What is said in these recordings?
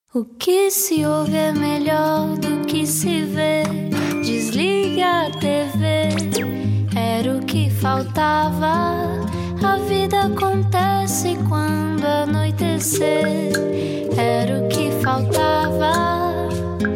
O que se ouve é melhor do que se vê. Desliga a TV, era o que faltava. A vida acontece quando anoitecer, era o que faltava.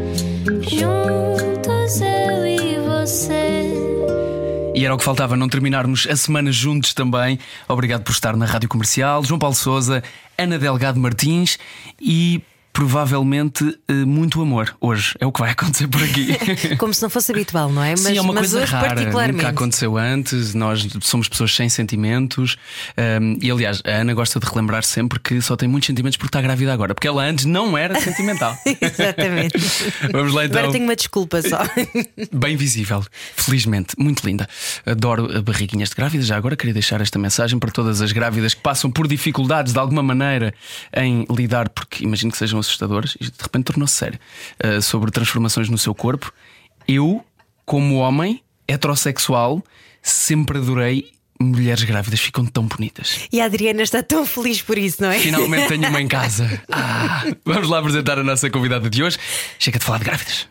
Juntos eu e você. E era o que faltava, não terminarmos a semana juntos também. Obrigado por estar na Rádio Comercial. João Paulo Sousa, Ana Delgado Martins e provavelmente muito amor hoje. É o que vai acontecer por aqui. Como se não fosse habitual, não é? Mas, sim, é uma coisa hoje rara, particularmente. nunca aconteceu antes. Nós somos pessoas sem sentimentos. E aliás, a Ana gosta de relembrar sempre que só tem muitos sentimentos porque está grávida agora, porque ela antes não era sentimental. Exatamente. Vamos lá então. Agora tenho uma desculpa só. Bem visível, felizmente, muito linda. Adoro barriguinhas de grávidas. Já agora queria deixar esta mensagem para todas as grávidas que passam por dificuldades de alguma maneira em lidar, porque imagino que sejam assustadoras e de repente tornou-se sério, sobre transformações no seu corpo. Eu, como homem heterossexual, sempre adorei mulheres grávidas, ficam tão bonitas. E a Adriana está tão feliz por isso, não é? Finalmente tenho uma em casa. Vamos lá apresentar a nossa convidada de hoje. Chega de falar de grávidas.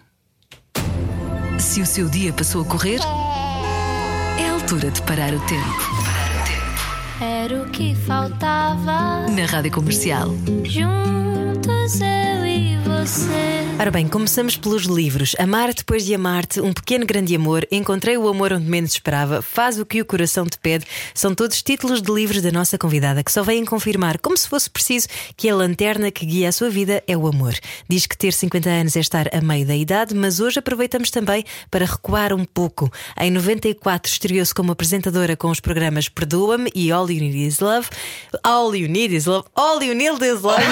Se o seu dia passou a correr, é a altura de parar o tempo. Era o que faltava. Na Rádio Comercial. Juntos eu e você. Ora bem, começamos pelos livros. Amar depois de amar-te, Um Pequeno Grande Amor, Encontrei o Amor Onde Menos Esperava, Faz o que o Coração te Pede. São todos títulos de livros da nossa convidada, que só vêm confirmar, como se fosse preciso, que a lanterna que guia a sua vida é o amor. Diz que ter 50 anos é estar a meio da idade, mas hoje aproveitamos também para recuar um pouco. Em 94 estreou-se como apresentadora com os programas Perdoa-me e All You Need Is Love. All You Need Is Love. All You Need Is Love.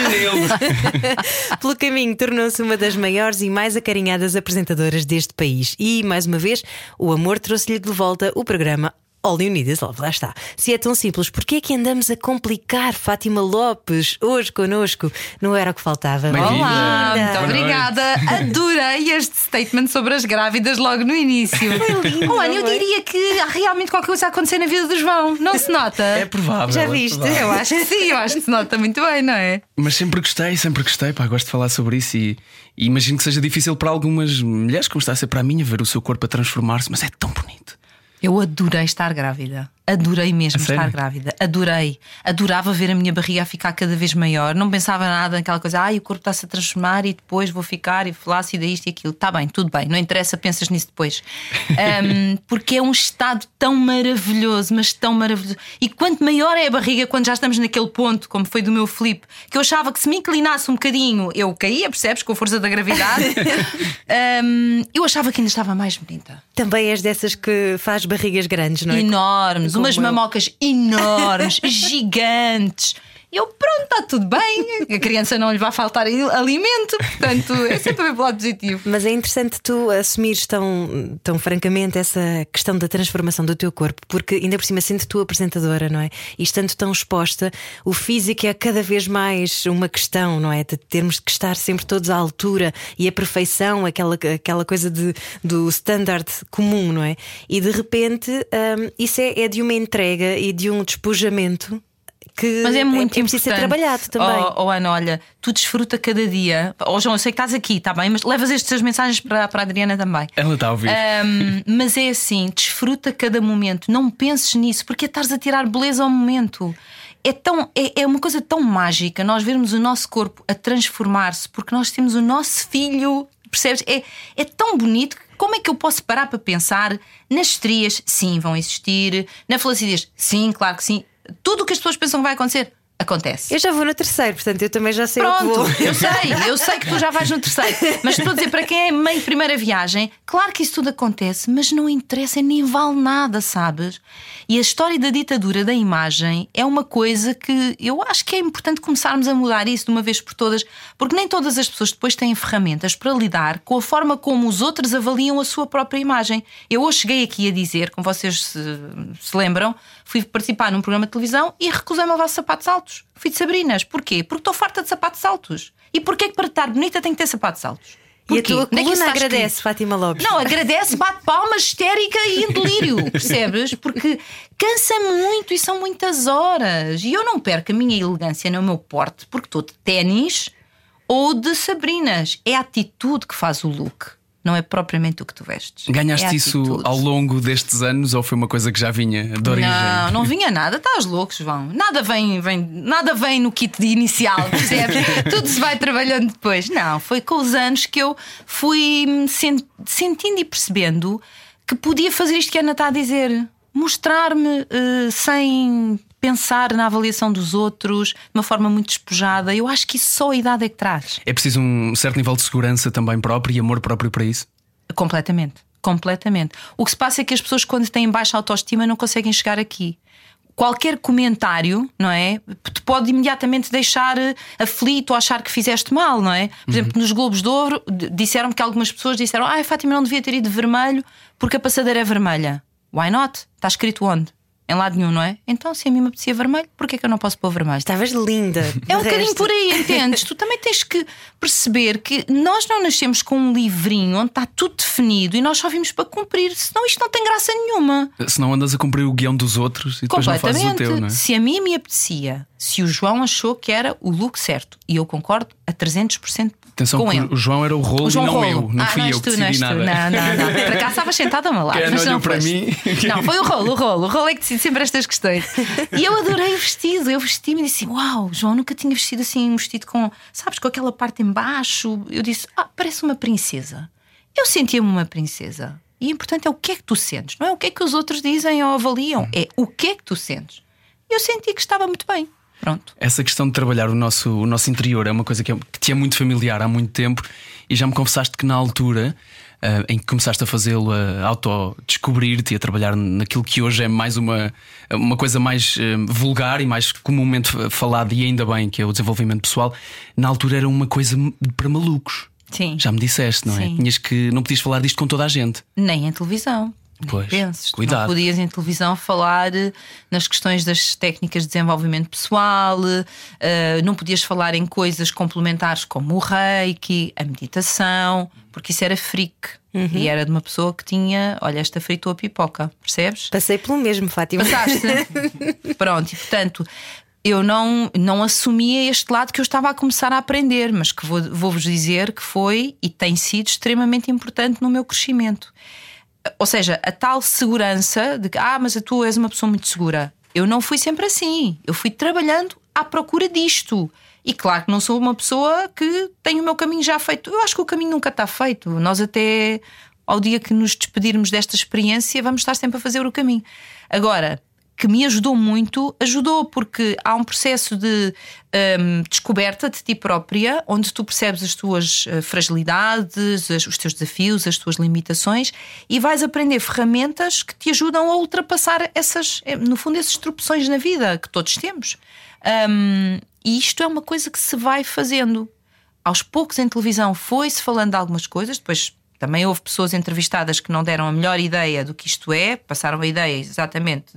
Pelo caminho tornou-se uma das maiores e mais acarinhadas apresentadoras deste país. E, mais uma vez, o amor trouxe-lhe de volta o programa All You Need Is Love. Lá está. Se é tão simples, porquê é que andamos a complicar? Fátima Lopes, hoje connosco, não era o que faltava. Olá, Linda. muito obrigada. Adorei este statement sobre as grávidas logo no início. Ana, eu diria que há realmente qualquer coisa a acontecer na vida do João. Não se nota? É provável. Já é viste? provável. Eu acho que sim, eu acho que se nota muito bem, não é? Mas sempre gostei, pá, gosto de falar sobre isso e imagino que seja difícil para algumas mulheres, como está a ser para a minha, ver o seu corpo a transformar-se, mas é tão bonito. Eu adorei estar grávida. Adorei mesmo estar grávida. Adorei. Adorava ver a minha barriga a ficar cada vez maior. Não pensava nada naquela coisa, o corpo está-se a transformar e depois vou ficar e flácida isto e aquilo. Está bem, tudo bem, não interessa, pensas nisso depois. Porque é um estado tão maravilhoso, mas tão maravilhoso. E quanto maior é a barriga, quando já estamos naquele ponto, como foi do meu Filipe, que eu achava que se me inclinasse um bocadinho eu caía, percebes, com a força da gravidade. Eu achava que ainda estava mais bonita. Também és dessas que faz barrigas grandes, não é? Enormes, umas mamocas enormes, gigantes. Eu, pronto, está tudo bem. A criança não lhe vai faltar alimento. Portanto, é sempre bem pelo lado positivo. Mas é interessante tu assumires tão francamente essa questão da transformação do teu corpo, porque ainda por cima, sendo tu apresentadora, não é? E estando tão exposta, o físico é cada vez mais uma questão, não é? De termos que estar sempre todos à altura e a perfeição, aquela coisa do standard comum, não é? E de repente isso é de uma entrega e de um despojamento que mas é muito preciso ser trabalhado também. Ana, olha, tu desfruta cada dia. João, eu sei que estás aqui, está bem, mas levas estas mensagens para a Adriana também. Ela está a ouvir. Mas é assim, desfruta cada momento. Não penses nisso, porque é estares a tirar beleza ao momento. É uma coisa tão mágica nós vermos o nosso corpo a transformar-se, porque nós temos o nosso filho. Percebes? É tão bonito. Como é que eu posso parar para pensar nas estrias? Sim, vão existir. Na flacidez? Sim, claro que sim. Tudo o que as pessoas pensam que vai acontecer, acontece. Eu já vou no terceiro, portanto eu também já sei. Pronto, o que vou. eu sei que tu já vais no terceiro. Mas estou a dizer, para quem é meio primeira viagem, claro que isso tudo acontece, mas não interessa, nem vale nada, sabes? E a história da ditadura da imagem é uma coisa que eu acho que é importante começarmos a mudar isso de uma vez por todas, porque nem todas as pessoas depois têm ferramentas para lidar com a forma como os outros avaliam a sua própria imagem. Eu hoje cheguei aqui a dizer, como vocês se lembram, fui participar num programa de televisão e recusei-me a levar sapatos altos. Fui de Sabrinas. Porquê? Porque estou farta de sapatos altos. E porquê que para estar bonita tem que ter sapatos altos? E a tua Onde é que isso coluna está agradece, escrito? Fátima Lopes. Não, agradece, bate palmas, histérica e em delírio, percebes? Porque cansa muito e são muitas horas. E eu não perco a minha elegância no meu porte porque estou de ténis ou de Sabrinas. É a atitude que faz o look, não é propriamente o que tu vestes. Ganhaste isso ao longo destes anos ou foi uma coisa que já vinha de origem? Não vinha nada, estás louco, João. Nada vem no kit de inicial, percebes? Tudo se vai trabalhando depois. Não, foi com os anos que eu fui sentindo e percebendo que podia fazer isto que a Ana está a dizer. Mostrar-me sem pensar na avaliação dos outros, de uma forma muito despojada. Eu acho que isso só a idade é que traz. É preciso um certo nível de segurança também próprio e amor próprio para isso? Completamente. O que se passa é que as pessoas, quando têm baixa autoestima, não conseguem chegar aqui. Qualquer comentário, não é, te pode imediatamente deixar aflito ou achar que fizeste mal, não é? Por exemplo, nos Globos de Ouro disseram que algumas pessoas disseram: a Fátima não devia ter ido de vermelho porque a passadeira é vermelha. Why not? Está escrito onde? Em lado nenhum, não é? Então, se a mim me apetecia vermelho, porquê que eu não posso pôr vermelho? Estavas linda. É um bocadinho por aí, entendes? Tu também tens que perceber que nós não nascemos com um livrinho onde está tudo definido e nós só vimos para cumprir, senão isto não tem graça nenhuma. Se não andas a cumprir o guião dos outros e depois não fazes o teu, não é? Se a mim me apetecia, se o João achou que era o look certo, e eu concordo a 300% atenção, com ele. O João era o rolo e não eu. Não fui eu que decidi nada. Não. Para cá estavas sentada ao meu lado. Mas não para mim. Não, foi o rolo. O rolo é que decide sempre estas questões. E eu adorei o vestido. Eu vesti-me e disse: uau, João, nunca tinha vestido assim, um vestido com, sabes, com aquela parte em baixo. Eu disse: parece uma princesa. Eu sentia-me uma princesa. E o importante é o que é que tu sentes. Não é o que é que os outros dizem ou avaliam. É o que é que tu sentes. E eu senti que estava muito bem. Pronto. Essa questão de trabalhar o nosso interior é uma coisa que te é muito familiar há muito tempo. E já me confessaste que na altura em que começaste a fazê-lo, a autodescobrir-te e a trabalhar naquilo que hoje é mais uma coisa mais vulgar e mais comumente falada, e ainda bem, que é o desenvolvimento pessoal, na altura era uma coisa para malucos. Sim. Já me disseste, não é? Sim. Não podias falar disto com toda a gente. Nem em televisão. Pois, penses, cuidado. Não podias em televisão falar nas questões das técnicas de desenvolvimento pessoal, não podias falar em coisas complementares como o reiki, a meditação, porque isso era freak. E era de uma pessoa que tinha, olha, esta fritou a pipoca, percebes? Passei pelo mesmo, Fátima. Passaste? Pronto, e portanto eu não assumia este lado que eu estava a começar a aprender, mas que vou-vos dizer que foi e tem sido extremamente importante no meu crescimento. Ou seja, a tal segurança de que mas tu és uma pessoa muito segura. Eu não fui sempre assim. Eu fui trabalhando à procura disto. E claro que não sou uma pessoa que tem o meu caminho já feito. Eu acho que o caminho nunca está feito. Nós até ao dia que nos despedirmos desta experiência vamos estar sempre a fazer o caminho. Agora, que me ajudou muito, porque há um processo de descoberta de ti própria, onde tu percebes as tuas fragilidades, os teus desafios, as tuas limitações, e vais aprender ferramentas que te ajudam a ultrapassar no fundo, esses tropeções na vida que todos temos. E isto é uma coisa que se vai fazendo. Aos poucos em televisão foi-se falando de algumas coisas, depois também houve pessoas entrevistadas que não deram a melhor ideia do que isto é, passaram a ideia exatamente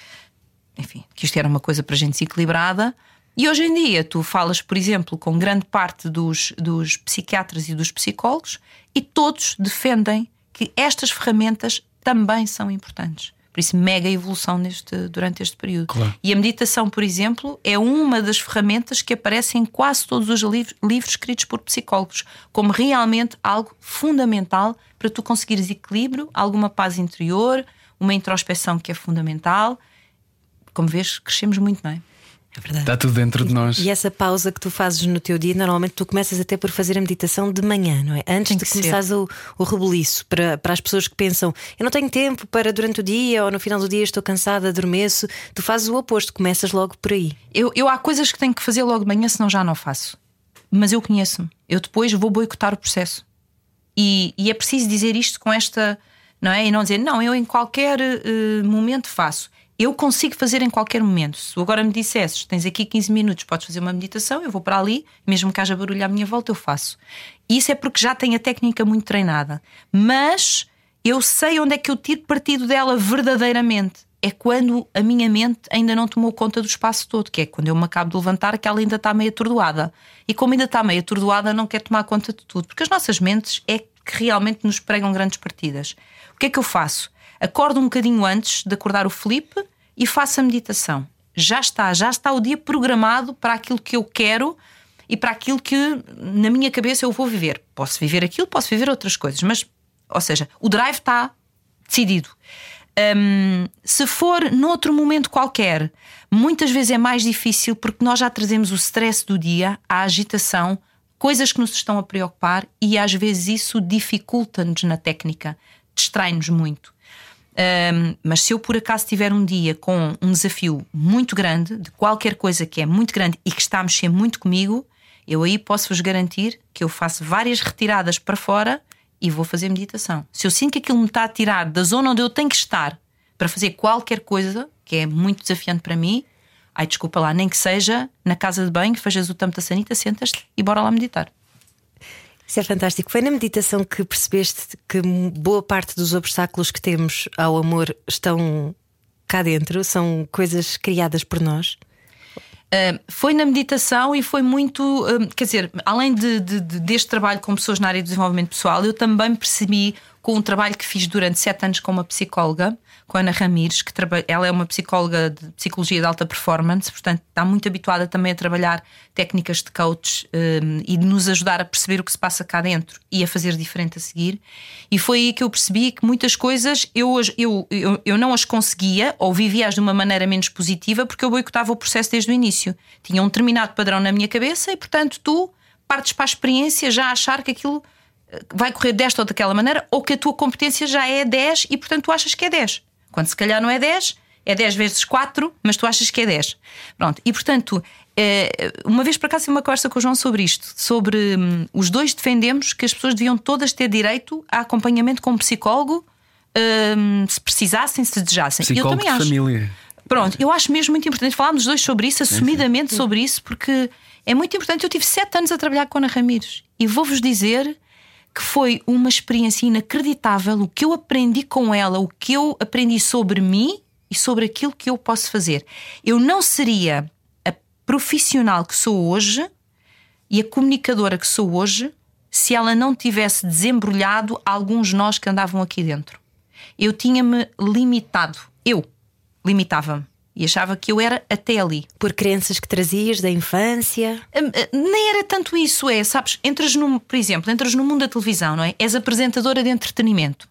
que isto era uma coisa para gente desequilibrada. E hoje em dia tu falas, por exemplo, com grande parte dos psiquiatras e dos psicólogos, e todos defendem que estas ferramentas também são importantes. Por isso, mega evolução durante este período. Claro. E a meditação, por exemplo, é uma das ferramentas que aparecem em quase todos os livros escritos por psicólogos, como realmente algo fundamental para tu conseguires equilíbrio, alguma paz interior, uma introspeção que é fundamental. Como vês, crescemos muito, não é? É verdade. Está tudo dentro de nós. E essa pausa que tu fazes no teu dia, normalmente tu começas até por fazer a meditação de manhã, não é? Antes de começares o rebuliço. Para as pessoas que pensam, eu não tenho tempo para durante o dia, ou no final do dia estou cansada, adormeço. Tu fazes o oposto, começas logo por aí. Eu há coisas que tenho que fazer logo de manhã, senão já não faço. Mas eu conheço-me. Eu depois vou boicotar o processo. E é preciso dizer isto com esta, não é? E não dizer, não, eu em qualquer momento faço. Eu consigo fazer em qualquer momento. Se agora me dissesses, tens aqui 15 minutos, podes fazer uma meditação, eu vou para ali, mesmo que haja barulho à minha volta, eu faço. E isso é porque já tenho a técnica muito treinada. Mas eu sei onde é que eu tiro partido dela verdadeiramente. É quando a minha mente ainda não tomou conta do espaço todo, que é quando eu me acabo de levantar, que ela ainda está meio atordoada. E como ainda está meio atordoada, não quer tomar conta de tudo. Porque as nossas mentes é que realmente nos pregam grandes partidas. O que é que eu faço? Acordo um bocadinho antes de acordar o Filipe e faço a meditação. Já está o dia programado para aquilo que eu quero. e para aquilo que na minha cabeça eu vou viver. Posso viver aquilo, posso viver outras coisas, mas, ou seja, o drive está decidido. Se for noutro momento qualquer, muitas vezes é mais difícil, porque nós já trazemos o stress do dia, a agitação, coisas que nos estão a preocupar, e às vezes isso dificulta-nos na técnica, distrai-nos muito. Mas se eu por acaso tiver um dia com um desafio muito grande, de qualquer coisa que é muito grande e que está a mexer muito comigo, eu aí posso-vos garantir que eu faço várias retiradas para fora e vou fazer meditação. Se eu sinto que aquilo me está a tirar da zona onde eu tenho que estar para fazer qualquer coisa que é muito desafiante para mim, ai, desculpa lá, nem que seja na casa de banho, fajas o tampo da sanita, sentas-te e bora lá meditar. Isso é fantástico. Foi na meditação que percebeste que boa parte dos obstáculos que temos ao amor estão cá dentro, são coisas criadas por nós? Foi na meditação e foi muito, quer dizer, além deste trabalho com pessoas na área do desenvolvimento pessoal, eu também percebi com um trabalho que fiz durante 7 anos com uma psicóloga, com a Ana Ramires, que ela é uma psicóloga de psicologia de alta performance, portanto está muito habituada também a trabalhar técnicas de coach e de nos ajudar a perceber o que se passa cá dentro e a fazer diferente a seguir. E foi aí que eu percebi que muitas coisas eu não as conseguia, ou vivia-as de uma maneira menos positiva, porque eu boicotava o processo desde o início. Tinha um determinado padrão na minha cabeça e, portanto, tu partes para a experiência já a achar que aquilo vai correr desta ou daquela maneira, ou que a tua competência já é 10 e, portanto, tu achas que é 10. Quando se calhar não é 10, é 10 vezes 4, mas tu achas que é 10. Pronto. E portanto, uma vez para cá tive uma conversa com o João sobre isto, sobre os dois defendemos que as pessoas deviam todas ter direito a acompanhamento com um psicólogo, se precisassem, se desejassem. Psicólogo eu também de família. Pronto, eu acho mesmo muito importante falarmos os dois sobre isso, assumidamente sobre isso, porque é muito importante. Eu tive 7 anos a trabalhar com a Ana Ramires e vou-vos dizer que foi uma experiência inacreditável o que eu aprendi com ela, o que eu aprendi sobre mim e sobre aquilo que eu posso fazer. Eu não seria a profissional que sou hoje e a comunicadora que sou hoje se ela não tivesse desembrulhado alguns nós que andavam aqui dentro. Eu tinha-me limitado, eu limitava-me e achava que eu era até ali. Por crenças que trazias da infância? Nem era tanto isso, sabes, por exemplo, entras no mundo da televisão, não é? És apresentadora de entretenimento.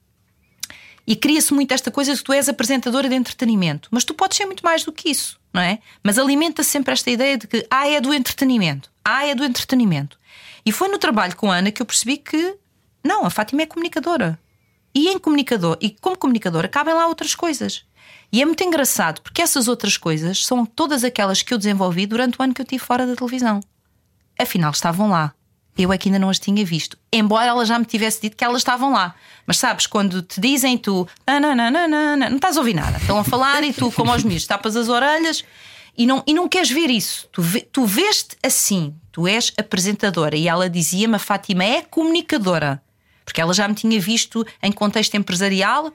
E cria-se muito esta coisa de que tu és apresentadora de entretenimento. Mas tu podes ser muito mais do que isso, não é? Mas alimenta sempre esta ideia de que é do entretenimento. É do entretenimento. E foi no trabalho com a Ana que eu percebi que não, a Fátima é comunicadora. E como comunicadora cabem lá outras coisas. E é muito engraçado porque essas outras coisas são todas aquelas que eu desenvolvi durante o ano que eu estive fora da televisão. Afinal estavam lá. Eu é que ainda não as tinha visto, embora ela já me tivesse dito que elas estavam lá. Mas sabes, quando te dizem tu não estás a ouvir nada, estão a falar e tu, como aos miúdos, tapas as orelhas e não queres ver isso. Tu vês-te assim, tu és apresentadora. E ela dizia-me, a Fátima é comunicadora, porque ela já me tinha visto em contexto empresarial,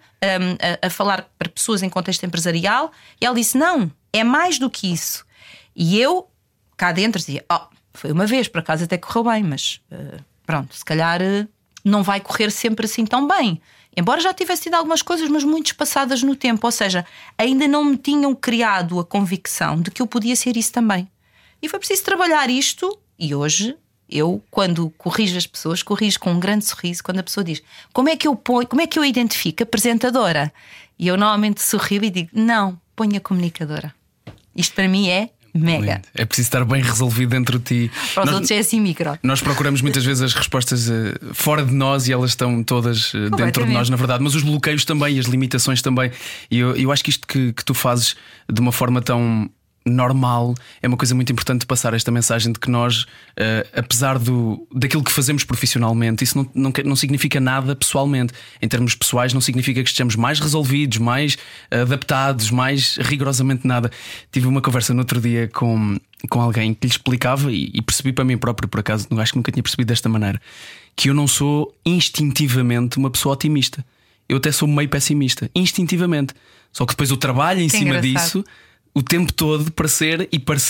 a falar para pessoas em contexto empresarial, e ela disse, não, é mais do que isso. E eu, cá dentro, dizia, foi uma vez, por acaso até correu bem, mas pronto, se calhar não vai correr sempre assim tão bem. Embora já tivesse tido algumas coisas, mas muito espaçadas no tempo, ou seja, ainda não me tinham criado a convicção de que eu podia ser isso também. E foi preciso trabalhar isto, e hoje... Eu, quando corrijo as pessoas, corrijo com um grande sorriso. Quando a pessoa diz, como é que eu identifico apresentadora? E eu normalmente sorrio e digo, não, ponha comunicadora. Isto para mim é mega. É preciso estar bem resolvido dentro de ti. Para os outros é assim micro. Nós procuramos muitas vezes as respostas fora de nós e elas estão todas dentro de nós, na verdade. Mas os bloqueios também, as limitações também. E eu acho que isto que tu fazes de uma forma tão normal é uma coisa muito importante de passar esta mensagem de que nós, apesar daquilo que fazemos profissionalmente, isso não significa nada pessoalmente. Em termos pessoais não significa que estejamos mais resolvidos, mais adaptados, mais rigorosamente nada. Tive uma conversa no outro dia com alguém que lhe explicava e percebi para mim próprio, por acaso, acho que nunca tinha percebido desta maneira, que eu não sou instintivamente uma pessoa otimista. Eu até sou meio pessimista, instintivamente. Só que depois eu trabalho em cima disso o tempo todo para ser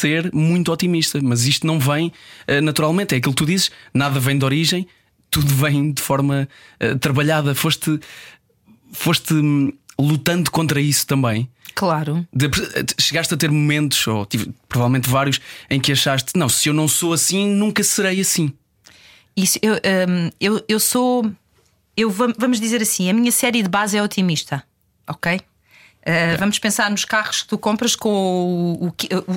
muito otimista. Mas isto não vem naturalmente. É aquilo que tu dizes, nada vem de origem, tudo vem de forma trabalhada. Foste lutando contra isso também. Claro. Chegaste a ter momentos, ou provavelmente vários, em que achaste: não, se eu não sou assim, nunca serei assim. Isso, eu sou. Vamos dizer assim, a minha série de base é otimista, ok? Vamos pensar nos carros que tu compras com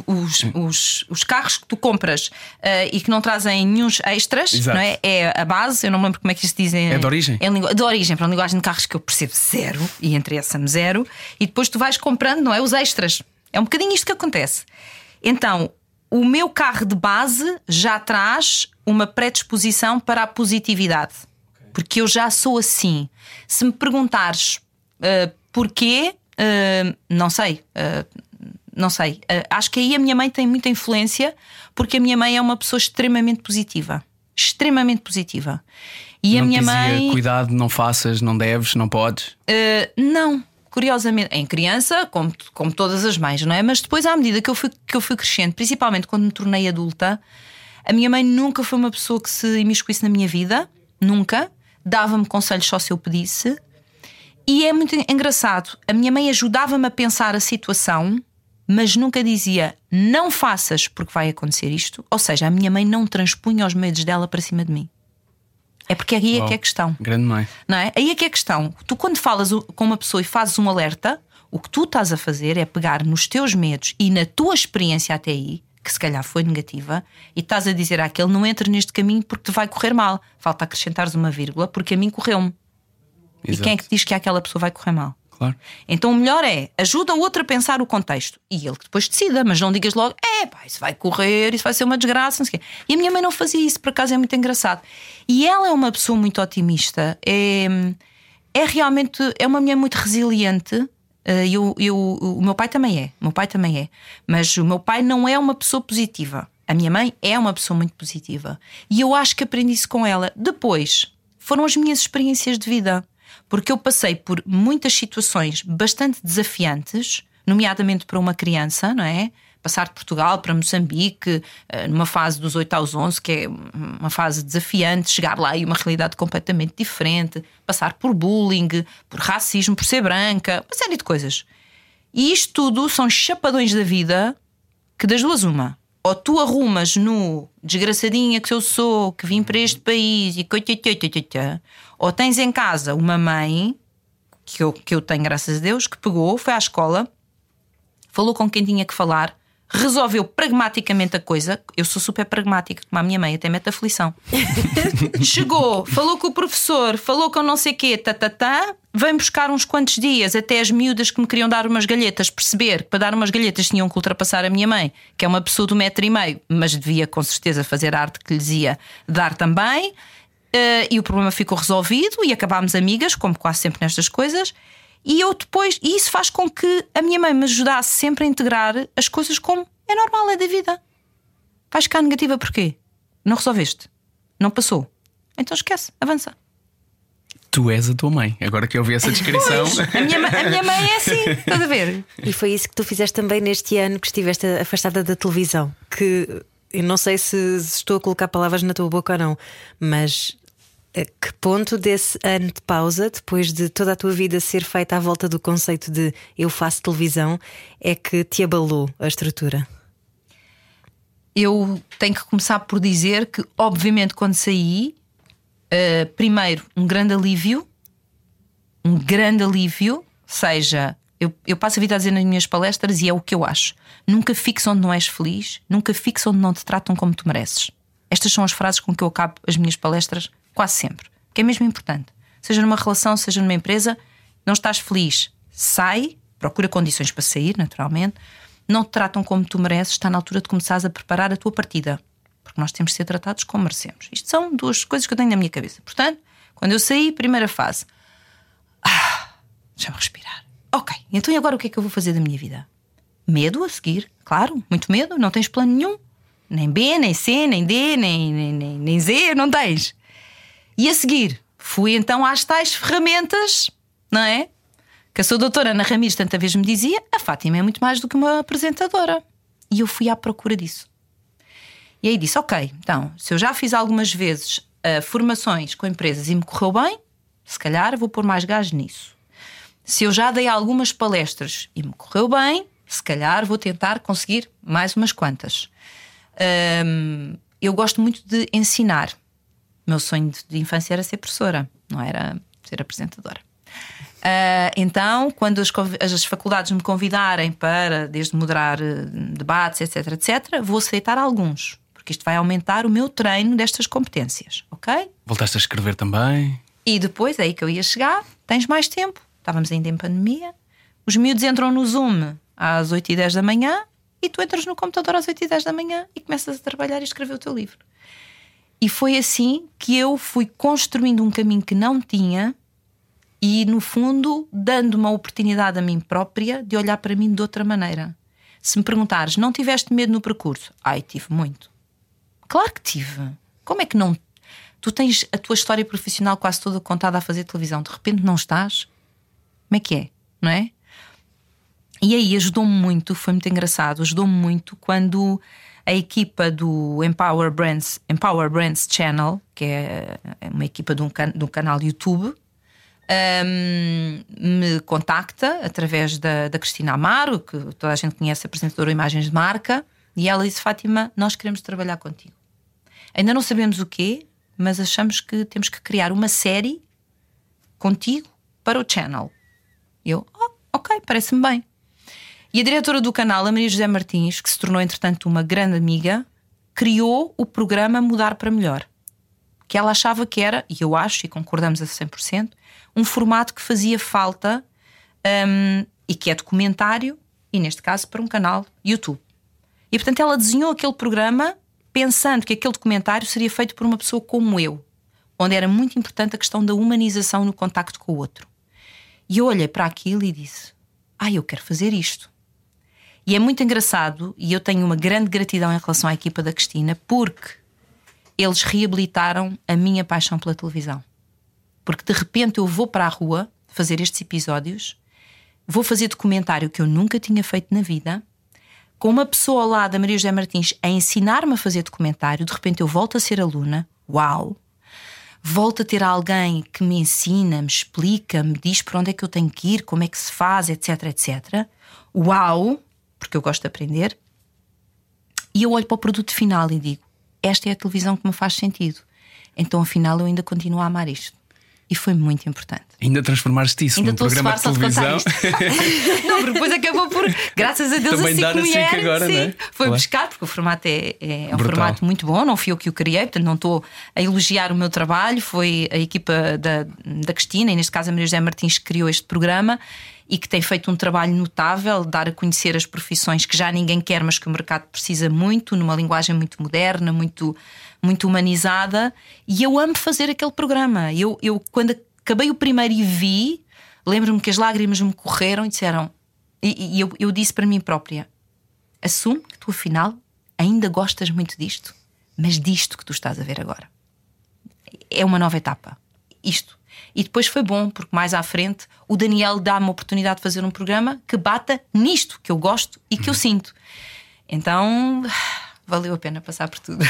os carros que tu compras e que não trazem nenhum extras, não é? É a base, eu não me lembro como é que isto dizem. É de origem? De origem, para uma linguagem de carros que eu percebo zero e interessa-me zero, e depois tu vais comprando, não é? Os extras. É um bocadinho isto que acontece. Então, o meu carro de base já traz uma predisposição para a positividade, porque eu já sou assim. Se me perguntares porquê. Não sei. Acho que aí a minha mãe tem muita influência, porque a minha mãe é uma pessoa extremamente positiva. Extremamente positiva. E não a minha dizia, mãe. Cuidado, não faças, não deves, não podes. Não, curiosamente, em criança, como todas as mães, não é? Mas depois, à medida que eu fui crescendo, principalmente quando me tornei adulta, a minha mãe nunca foi uma pessoa que se imiscuísse na minha vida. Nunca. Dava-me conselhos só se eu pedisse. E é muito engraçado, a minha mãe ajudava-me a pensar a situação, mas nunca dizia não faças porque vai acontecer isto. Ou seja, a minha mãe não transpunha os medos dela para cima de mim. É porque aí é que é a questão. Grande mãe. Não é? Aí é que é a questão. Tu, quando falas com uma pessoa e fazes um alerta, o que tu estás a fazer é pegar nos teus medos e na tua experiência até aí, que se calhar foi negativa, e estás a dizer àquele: não entres neste caminho porque te vai correr mal. Falta acrescentares uma vírgula, porque a mim correu-me. Exato. E quem é que diz que aquela pessoa vai correr mal? Claro. Então o melhor é ajuda o outro a pensar o contexto e ele que depois decida, mas não digas logo: isso vai correr, isso vai ser uma desgraça, não sei o quê. E a minha mãe não fazia isso, por acaso é muito engraçado. E ela é uma pessoa muito otimista, é realmente, é uma mulher muito resiliente. O meu pai também é, mas o meu pai não é uma pessoa positiva. A minha mãe é uma pessoa muito positiva e eu acho que aprendi isso com ela. Depois foram as minhas experiências de vida. Porque eu passei por muitas situações bastante desafiantes, nomeadamente para uma criança, não é? Passar de Portugal para Moçambique, numa fase dos 8 aos 11, que é uma fase desafiante, chegar lá e uma realidade completamente diferente, passar por bullying, por racismo, por ser branca, uma série de coisas. E isto tudo são chapadões da vida que das duas uma. Ou tu arrumas no desgraçadinha que eu sou, que vim para este país e ou tens em casa uma mãe que eu tenho, graças a Deus, que pegou, foi à escola, falou com quem tinha que falar, resolveu pragmaticamente a coisa. Eu sou super pragmática, como a minha mãe, até mete aflição. Chegou, falou com o professor, falou com não sei o quê, vem buscar uns quantos dias até as miúdas que me queriam dar umas galhetas perceber que para dar umas galhetas tinham que ultrapassar a minha mãe, que é uma pessoa de 1,5 m, mas devia com certeza fazer a arte que lhes ia dar também. E o problema ficou resolvido e acabámos amigas, como quase sempre nestas coisas. E eu depois, e isso faz com que a minha mãe me ajudasse sempre a integrar as coisas como é normal, é da vida. Vais ficar negativa porquê? Não resolveste? Não passou? Então esquece, avança. Tu és a tua mãe, agora que eu ouvi essa descrição. Pois, a minha mãe é assim, estás a ver? E foi isso que tu fizeste também neste ano que estiveste afastada da televisão. Que eu não sei se estou a colocar palavras na tua boca ou não, mas a que ponto desse ano de pausa, depois de toda a tua vida ser feita à volta do conceito de eu faço televisão, é que te abalou a estrutura? Eu tenho que começar por dizer que, obviamente, quando saí, primeiro, um grande alívio, seja, eu passo a vida a dizer nas minhas palestras, e é o que eu acho: nunca fiques onde não és feliz, nunca fiques onde não te tratam como tu mereces. Estas são as frases com que eu acabo as minhas palestras quase sempre, que é mesmo importante. Seja numa relação, seja numa empresa, não estás feliz, sai, procura condições para sair, naturalmente. Não te tratam como tu mereces, está na altura de começares a preparar a tua partida, porque nós temos de ser tratados como merecemos. Isto são duas coisas que eu tenho na minha cabeça. Portanto, quando eu saí, primeira fase, deixa-me respirar. Ok, então e agora o que é que eu vou fazer da minha vida? Medo a seguir, claro, muito medo, não tens plano nenhum. Nem B, nem C, nem D, nem Z, não tens. E a seguir, fui então às tais ferramentas, não é? Que a sua doutora Ana Ramires tanta vez me dizia: a Fátima é muito mais do que uma apresentadora. E eu fui à procura disso. E aí disse: ok, então, se eu já fiz algumas vezes formações com empresas e me correu bem, se calhar vou pôr mais gás nisso. Se eu já dei algumas palestras e me correu bem, se calhar vou tentar conseguir mais umas quantas. Eu gosto muito de ensinar. O meu sonho de infância era ser professora, não era ser apresentadora. Então, quando as faculdades me convidarem para, desde moderar debates, etc., vou aceitar alguns, porque isto vai aumentar o meu treino destas competências, ok? Voltaste a escrever também? E depois, é aí que eu ia chegar, tens mais tempo. Estávamos ainda em pandemia. Os miúdos entram no Zoom às 8h10 da manhã e tu entras no computador às 8h10 da manhã e começas a trabalhar e escrever o teu livro. E foi assim que eu fui construindo um caminho que não tinha e, no fundo, dando uma oportunidade a mim própria de olhar para mim de outra maneira. Se me perguntares, não tiveste medo no percurso? Ai, tive muito. Claro que tive. Como é que não? Tu tens a tua história profissional quase toda contada a fazer televisão. De repente não estás? Como é que é? Não é? E aí ajudou-me muito, foi muito engraçado. Ajudou-me muito quando a equipa do Empower Brands Channel, que é uma equipa de um canal YouTube, me contacta através da Cristina Amaro, que toda a gente conhece, apresentadora de imagens de marca, e ela disse: Fátima, nós queremos trabalhar contigo. Ainda não sabemos o quê, mas achamos que temos que criar uma série contigo para o channel. E eu, ok, parece-me bem. E a diretora do canal, a Maria José Martins, que se tornou entretanto uma grande amiga, criou o programa Mudar para Melhor, que ela achava que era, e eu acho, e concordamos a 100%, um formato que fazia falta e que é documentário, e neste caso para um canal YouTube. E portanto ela desenhou aquele programa pensando que aquele documentário seria feito por uma pessoa como eu, onde era muito importante a questão da humanização no contacto com o outro. E eu olhei para aquilo e disse: eu quero fazer isto. E é muito engraçado, e eu tenho uma grande gratidão em relação à equipa da Cristina, porque eles reabilitaram a minha paixão pela televisão. Porque de repente eu vou para a rua fazer estes episódios, vou fazer documentário que eu nunca tinha feito na vida, com uma pessoa ao lado da Maria José Martins a ensinar-me a fazer documentário. De repente eu volto a ser aluna. Uau! Volto a ter alguém que me ensina, me explica, me diz para onde é que eu tenho que ir, como é que se faz, etc, etc. Uau! Porque eu gosto de aprender. E eu olho para o produto final e digo: esta é a televisão que me faz sentido. Então afinal eu ainda continuo a amar isto. E foi muito importante. Ainda transformaste isso num programa de televisão? Não, porque depois acabou por, graças a Deus, também assim que assim agora, sim, não é? foi Claro. buscar, porque o formato é um Brutal. formato muito bom. Não fui eu que o criei, portanto não estou a elogiar o meu trabalho. Foi a equipa da Cristina, e neste caso a Maria José Martins, que criou este programa e que tem feito um trabalho notável, dar a conhecer as profissões que já ninguém quer, mas que o mercado precisa muito, numa linguagem muito moderna, muito humanizada. E eu amo fazer aquele programa. Eu quando acabei o primeiro e vi, lembro-me que as lágrimas me correram e disseram, e eu disse para mim própria: assume que tu afinal ainda gostas muito disto, mas disto que tu estás a ver agora é uma nova etapa, isto. E depois foi bom, porque mais à frente o Daniel dá-me a oportunidade de fazer um programa que bata nisto que eu gosto e que eu sinto. Então valeu a pena passar por tudo.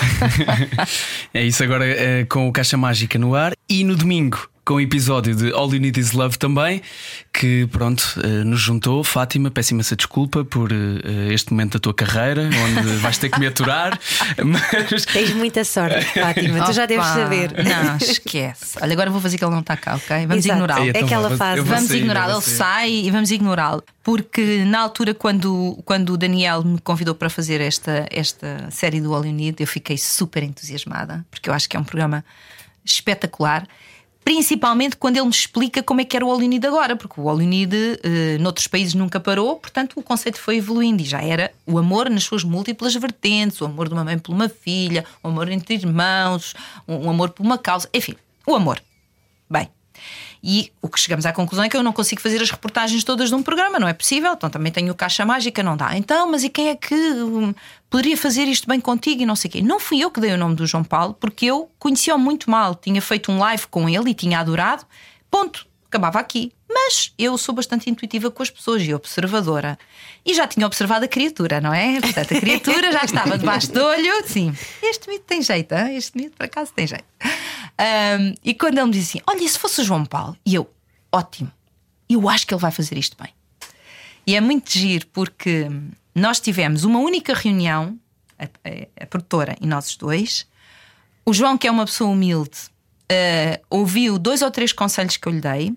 É isso agora, com o Caixa Mágica no ar. E no domingo, com o episódio de All You Need Is Love também, que pronto, nos juntou. Fátima, peço imensa desculpa por este momento da tua carreira, onde vais ter que me aturar. Mas... Tens muita sorte, Fátima, tu já deves saber. Não, esquece. Olha, agora vou fazer que ele não está cá, ok? Vamos Exato. ignorá-lo. É aquela fase. Vamos ignorá-lo, ele sai e vamos ignorá-lo. Porque na altura, quando o Daniel me convidou para fazer esta série do All You Need, eu fiquei super entusiasmada, porque eu acho que é um programa espetacular. Principalmente quando ele me explica como é que era o All You Need agora, porque o All You Need noutros países nunca parou, portanto o conceito foi evoluindo e já era o amor nas suas múltiplas vertentes, o amor de uma mãe por uma filha, o amor entre irmãos, o amor por uma causa, enfim, o amor. Bem, e o que chegamos à conclusão é que eu não consigo fazer as reportagens todas de um programa, não é possível, então também tenho o Caixa Mágica, não dá. Então, mas e quem é que poderia fazer isto bem contigo e não sei o quê? Não fui eu que dei o nome do João Paulo, porque eu conhecia-o muito mal, tinha feito um live com ele e tinha adorado, ponto, acabava aqui. Mas eu sou bastante intuitiva com as pessoas e observadora. E já tinha observado a criatura, não é? Portanto, a criatura já estava debaixo do olho. Sim, este miúdo tem jeito, hein? Este miúdo por acaso tem jeito. E quando ele me disse assim: olha, e se fosse o João Paulo? E eu: ótimo, eu acho que ele vai fazer isto bem. E é muito giro porque nós tivemos uma única reunião, a produtora e nós os dois. O João, que é uma pessoa humilde, ouviu 2 ou 3 conselhos que eu lhe dei.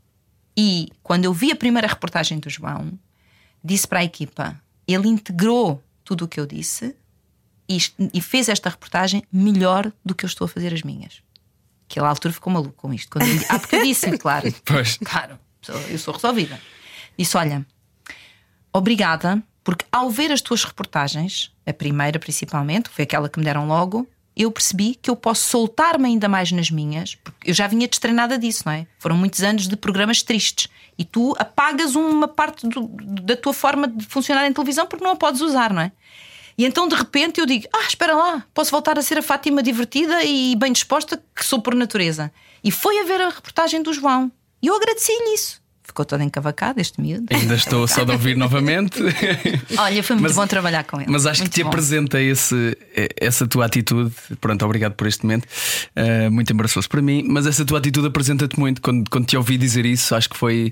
E quando eu vi a primeira reportagem do João, disse para a equipa, ele integrou tudo o que eu disse e fez esta reportagem melhor do que eu estou a fazer as minhas. Que ele à altura ficou maluco com isto. Porque eu disse-lhe, claro, claro, eu sou resolvida. Disse: olha, obrigada, porque ao ver as tuas reportagens, a primeira principalmente, foi aquela que me deram logo, eu percebi que eu posso soltar-me ainda mais nas minhas, porque eu já vinha destreinada disso, não é? Foram muitos anos de programas tristes e tu apagas uma parte da tua forma de funcionar em televisão porque não a podes usar, não é? E então de repente eu digo: espera lá, posso voltar a ser a Fátima divertida e bem disposta que sou por natureza. E foi a ver a reportagem do João e eu agradeci-lhe isso. Ficou todo encavacado este miúdo. Ainda estou só de ouvir novamente. Olha, foi muito bom trabalhar com ele. Mas acho muito que te bom. apresenta essa tua atitude. Pronto, obrigado por este momento. Muito embaraçoso para mim. Mas essa tua atitude apresenta-te muito. Quando te ouvi dizer isso, acho que foi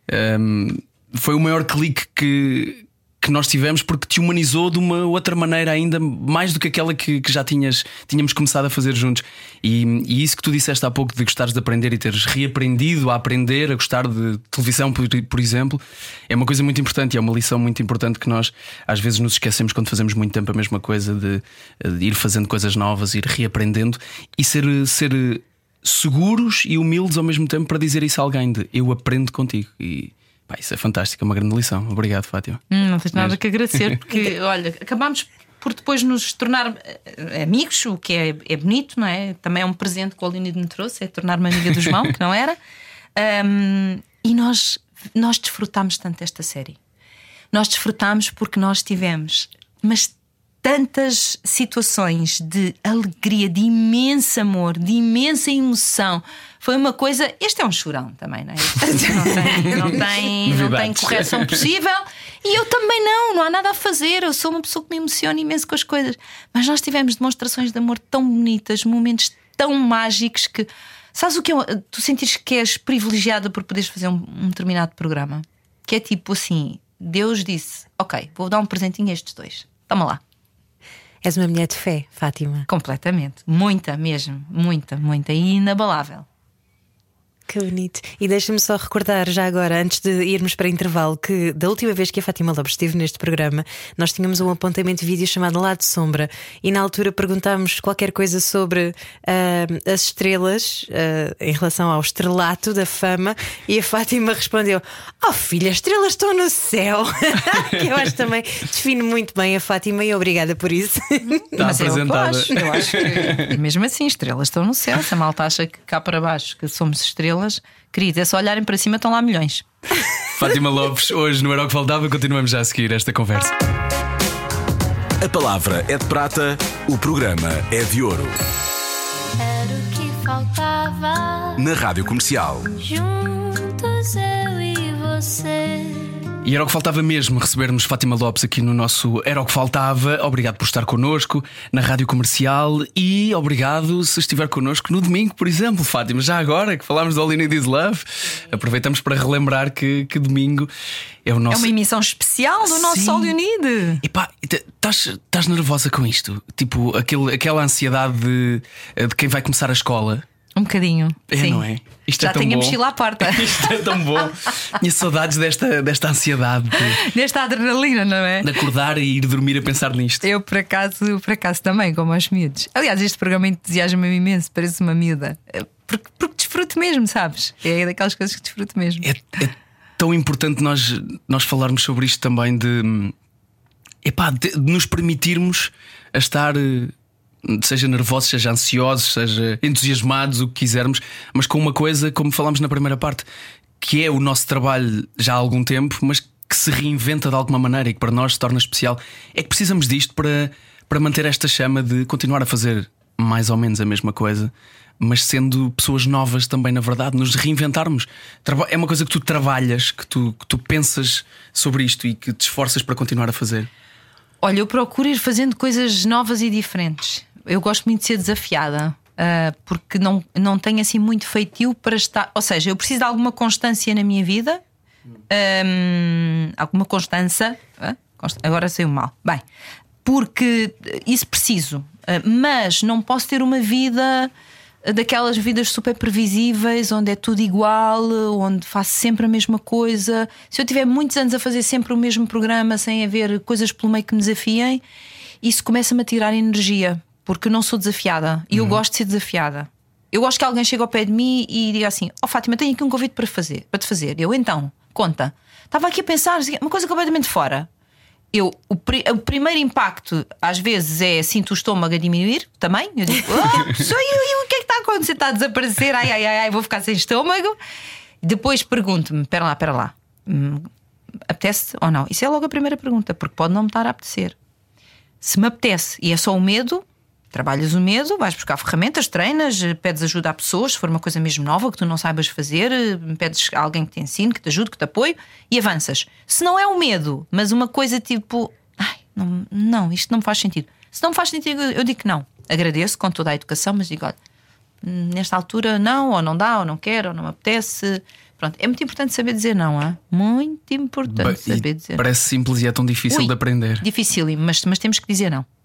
o maior clique que nós tivemos, porque te humanizou de uma outra maneira ainda mais do que aquela que já tínhamos começado a fazer juntos. E isso que tu disseste há pouco, de gostares de aprender e teres reaprendido a aprender, a gostar de televisão, por exemplo, é uma coisa muito importante e é uma lição muito importante que nós às vezes nos esquecemos quando fazemos muito tempo a mesma coisa, de ir fazendo coisas novas, ir reaprendendo e ser seguros e humildes ao mesmo tempo para dizer isso a alguém, de eu aprendo contigo. E isso é fantástico, é uma grande lição. Obrigado, Fátima. Não tens nada que agradecer, porque olha, acabámos por depois nos tornar amigos, o que é bonito, não é? Também é um presente que o Leonide me trouxe, é tornar-me amiga do João, que não era. E nós desfrutámos tanto desta série. Nós desfrutámos porque nós tivemos tantas situações de alegria, de imenso amor, de imensa emoção. Foi uma coisa. Este é um chorão também, não é? Não tem correção possível. E eu também não há nada a fazer. Eu sou uma pessoa que me emociona imenso com as coisas. Mas nós tivemos demonstrações de amor tão bonitas, momentos tão mágicos que. Sabes o que é? Tu sentires que és privilegiada por poderes fazer um determinado programa? Que é tipo assim: Deus disse, ok, vou dar um presentinho a estes dois. Toma lá. És uma mulher de fé, Fátima. Completamente, muita mesmo, muita e inabalável. Que bonito. E deixa-me só recordar já agora, antes de irmos para intervalo, que da última vez que a Fátima Lopes esteve neste programa, nós tínhamos um apontamento de vídeo chamado Lado de Sombra. E na altura perguntámos qualquer coisa sobre as estrelas, em relação ao estrelato da fama. E a Fátima respondeu: filha, as estrelas estão no céu. Que eu acho também define muito bem a Fátima, e obrigada por isso. Está Mas apresentada. eu acho que mesmo assim, estrelas estão no céu. Se a malta acha que cá para baixo que somos estrelas, querido, é só olharem para cima, estão lá milhões. Fátima Lopes, hoje no Era o que Faltava. Continuamos já a seguir esta conversa. A palavra é de prata, o programa é de ouro. Era o que faltava. Na Rádio Comercial. Juntos eu e você. E era o que faltava mesmo, recebermos Fátima Lopes aqui no nosso Era o que Faltava. Obrigado por estar connosco na Rádio Comercial. E obrigado se estiver connosco no domingo, por exemplo, Fátima. Já agora que falámos do All You Need Is Love, aproveitamos para relembrar que domingo é o nosso... É uma emissão especial do nosso All You Need. E pá, estás nervosa com isto? Tipo, aquela ansiedade de quem vai começar a escola. Um bocadinho. Sim. Não é? Isto já é tão tenho a bom. mochila à porta. Isto é tão bom. Tinha saudades desta ansiedade Desta adrenalina, não é? de acordar e ir dormir a pensar nisto. Eu, por acaso também, como aos miúdos. Aliás, este programa entusiasma-me imenso, parece uma miúda. Porque desfruto mesmo, sabes? É daquelas coisas que desfruto mesmo. É tão importante nós falarmos sobre isto também, de nos permitirmos a estar, seja nervosos, seja ansiosos, seja entusiasmados, o que quisermos, mas com uma coisa, como falámos na primeira parte, que é o nosso trabalho já há algum tempo, mas que se reinventa de alguma maneira e que para nós se torna especial. É que precisamos disto para manter esta chama de continuar a fazer mais ou menos a mesma coisa, mas sendo pessoas novas também, na verdade, nos reinventarmos. É uma coisa que tu trabalhas, que tu pensas sobre isto e que te esforças para continuar a fazer. Olha, eu procuro ir fazendo coisas novas e diferentes. Eu gosto muito de ser desafiada. Porque não tenho assim muito feitio para estar. Ou seja, eu preciso de alguma constância na minha vida, alguma constância. Agora saiu mal. Bem, porque isso preciso, mas não posso ter uma vida daquelas vidas super previsíveis, onde é tudo igual, onde faço sempre a mesma coisa. Se eu tiver muitos anos a fazer sempre o mesmo programa, sem haver coisas pelo meio que me desafiem, isso começa-me a tirar energia, porque eu não sou desafiada e eu gosto de ser desafiada. Eu gosto que alguém chegue ao pé de mim e diga assim: Fátima, tenho aqui um convite para te fazer. Eu, então, conta. Estava aqui a pensar uma coisa completamente fora. O primeiro impacto às vezes é sinto o estômago a diminuir também. Eu digo: sou eu, o que é que está a acontecer? Está a desaparecer, ai, vou ficar sem estômago. Depois pergunto-me: espera lá, apetece ou não? Isso é logo a primeira pergunta, porque pode não me estar a apetecer. Se me apetece e é só o medo, trabalhas o medo, vais buscar ferramentas, treinas, pedes ajuda a pessoas, se for uma coisa mesmo nova que tu não saibas fazer, pedes a alguém que te ensine, que te ajude, que te apoie e avanças. Se não é o medo, mas uma coisa tipo: não, isto não me faz sentido. Se não me faz sentido, eu digo que não. Agradeço com toda a educação, mas digo: olha, nesta altura não, ou não dá, ou não quero, ou não me apetece. Pronto, é muito importante saber dizer não, é? Muito importante saber dizer. Parece simples e é tão difícil de aprender. Dificílimo, mas temos que dizer não.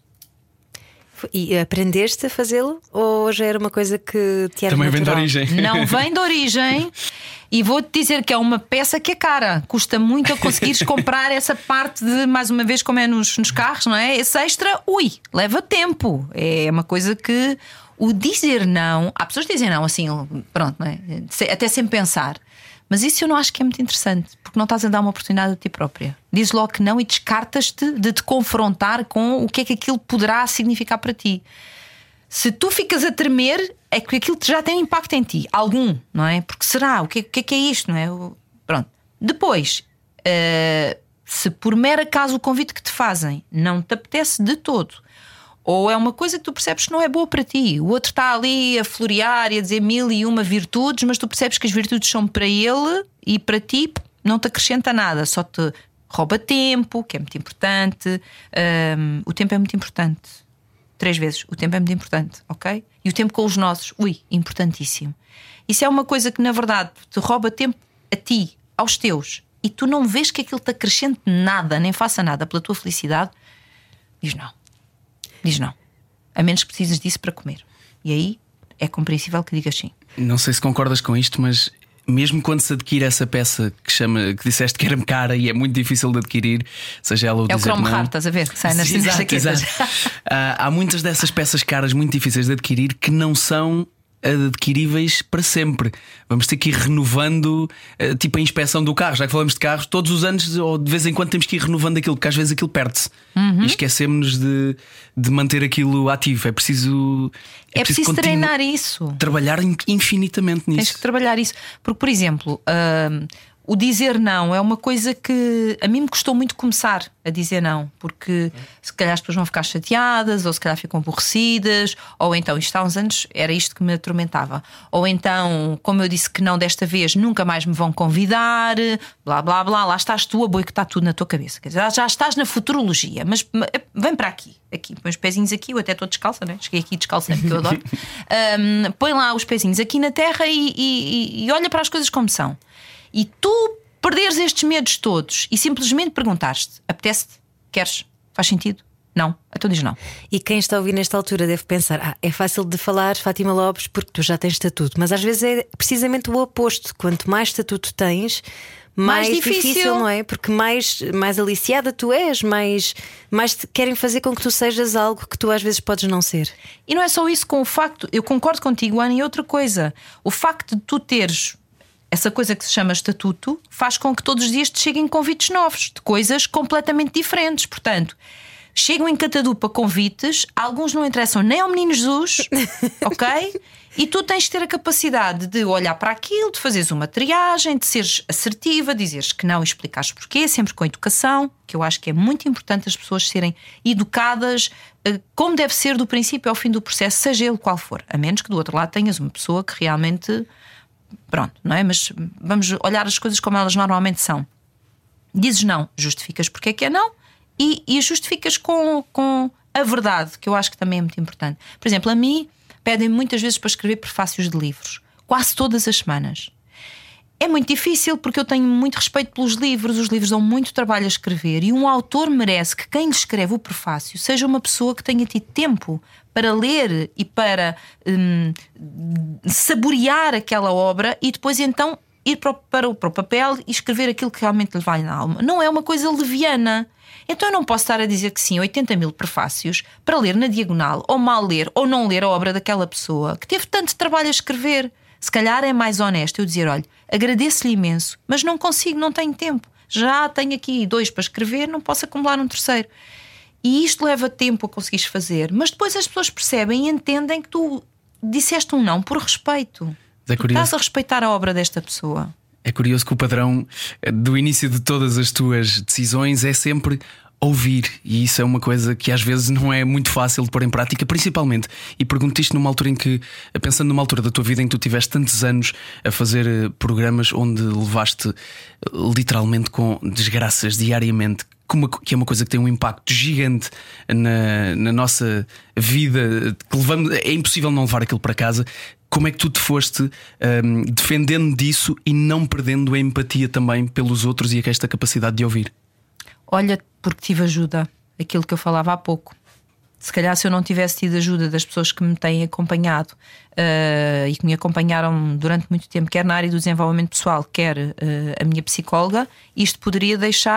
E aprendeste a fazê-lo? Ou já era uma coisa que te era também natural? Vem de origem. Não vem de origem. E vou-te dizer que é uma peça que é cara. Custa muito a conseguires comprar essa parte de, mais uma vez, como é nos carros, não é? Esse extra, leva tempo. É uma coisa que o dizer não. Há pessoas que dizem não assim, pronto, não é? Até sem pensar. Mas isso eu não acho que é muito interessante, porque não estás a dar uma oportunidade a ti própria. Dizes logo que não e descartas-te de te confrontar com o que é que aquilo poderá significar para ti. Se tu ficas a tremer, é que aquilo já tem um impacto em ti. Algum, não é? Porque será? O que é isto, não é? Pronto. Depois, se por mero acaso o convite que te fazem não te apetece de todo, ou é uma coisa que tu percebes que não é boa para ti, o outro está ali a florear e a dizer 1001 virtudes, mas tu percebes que as virtudes são para ele e para ti não te acrescenta nada, só te rouba tempo, que é muito importante. O tempo é muito importante. 3 vezes, o tempo é muito importante, ok? E o tempo com os nossos, importantíssimo. Isso é uma coisa que na verdade te rouba tempo a ti, aos teus, e tu não vês que aquilo te acrescente nada, nem faça nada pela tua felicidade. Diz não, a menos que precises disso para comer. E aí é compreensível que digas sim. Não sei se concordas com isto, mas mesmo quando se adquire essa peça que disseste que era cara e é muito difícil de adquirir, seja ela o dizer não. É o Chrome Heart, estás a ver? Que sai nas jaquetas. Há muitas dessas peças caras muito difíceis de adquirir que não são adquiríveis para sempre. Vamos ter que ir renovando, tipo a inspeção do carro. Já que falamos de carros, todos os anos ou de vez em quando temos que ir renovando aquilo, porque às vezes aquilo perde-se e esquecemos de manter aquilo ativo. É preciso treinar isso, trabalhar infinitamente nisso. Tens que trabalhar isso, porque, por exemplo, o dizer não é uma coisa que a mim me custou muito começar a dizer não, porque se calhar as pessoas vão ficar chateadas, ou se calhar ficam aborrecidas, ou então, isto há uns anos era isto que me atormentava, ou então, como eu disse que não desta vez, nunca mais me vão convidar, blá blá blá, lá estás tu a boicotar tudo na tua cabeça. Quer dizer, já estás na futurologia, mas vem para aqui, põe os pezinhos aqui, eu até estou descalça, né? Cheguei aqui descalça, que eu adoro. Põe lá os pezinhos aqui na terra e olha para as coisas como são. E tu perderes estes medos todos e simplesmente perguntaste: apetece-te? Queres? Faz sentido? Não? Então diz não. E quem está a ouvir nesta altura deve pensar: é fácil de falar, Fátima Lopes, porque tu já tens estatuto. Mas às vezes é precisamente o oposto. Quanto mais estatuto tens, mais difícil, não é? Porque mais aliciada tu és, mais querem fazer com que tu sejas algo que tu às vezes podes não ser. E não é só isso, com o facto, eu concordo contigo, Ana, e outra coisa, o facto de tu teres essa coisa que se chama estatuto faz com que todos os dias te cheguem convites novos, de coisas completamente diferentes. Portanto, chegam em catadupa convites, alguns não interessam nem ao Menino Jesus, ok? E tu tens de ter a capacidade de olhar para aquilo, de fazeres uma triagem, de seres assertiva, dizeres que não e explicares porquê, sempre com educação, que eu acho que é muito importante as pessoas serem educadas como deve ser do princípio ao fim do processo, seja ele qual for, a menos que do outro lado tenhas uma pessoa que realmente... Pronto, não é? Mas vamos olhar as coisas como elas normalmente são. Dizes não, justificas porque é que é não e justificas com a verdade, que eu acho que também é muito importante. Por exemplo, a mim pedem muitas vezes para escrever prefácios de livros, quase todas as semanas. É muito difícil porque eu tenho muito respeito pelos livros, os livros dão muito trabalho a escrever e um autor merece que quem lhe escreve o prefácio seja uma pessoa que tenha tido tempo para ler e para saborear aquela obra e depois então ir para o papel e escrever aquilo que realmente lhe vai na alma. Não é uma coisa leviana. Então eu não posso estar a dizer que sim, 80 mil prefácios para ler na diagonal, ou mal ler, ou não ler a obra daquela pessoa que teve tanto trabalho a escrever. Se calhar é mais honesto eu dizer, olha, agradeço-lhe imenso, mas não consigo, não tenho tempo. Já tenho aqui 2 para escrever, não posso acumular um terceiro. E isto leva tempo a conseguires fazer, mas depois as pessoas percebem e entendem que tu disseste um não por respeito. Estás a respeitar a obra desta pessoa. É curioso que o padrão do início de todas as tuas decisões é sempre ouvir, e isso é uma coisa que às vezes não é muito fácil de pôr em prática, principalmente. E pergunto isto numa altura em que, pensando numa altura da tua vida em que tu tiveste tantos anos a fazer programas onde levaste literalmente com desgraças diariamente, que é uma coisa que tem um impacto gigante na nossa vida, que levamos, é impossível não levar aquilo para casa. Como é que tu te foste defendendo disso e não perdendo a empatia também pelos outros e esta capacidade de ouvir? Olha, porque tive ajuda, aquilo que eu falava há pouco. Se calhar se eu não tivesse tido ajuda das pessoas que me têm acompanhado e que me acompanharam durante muito tempo, quer na área do desenvolvimento pessoal, quer a minha psicóloga, isto poderia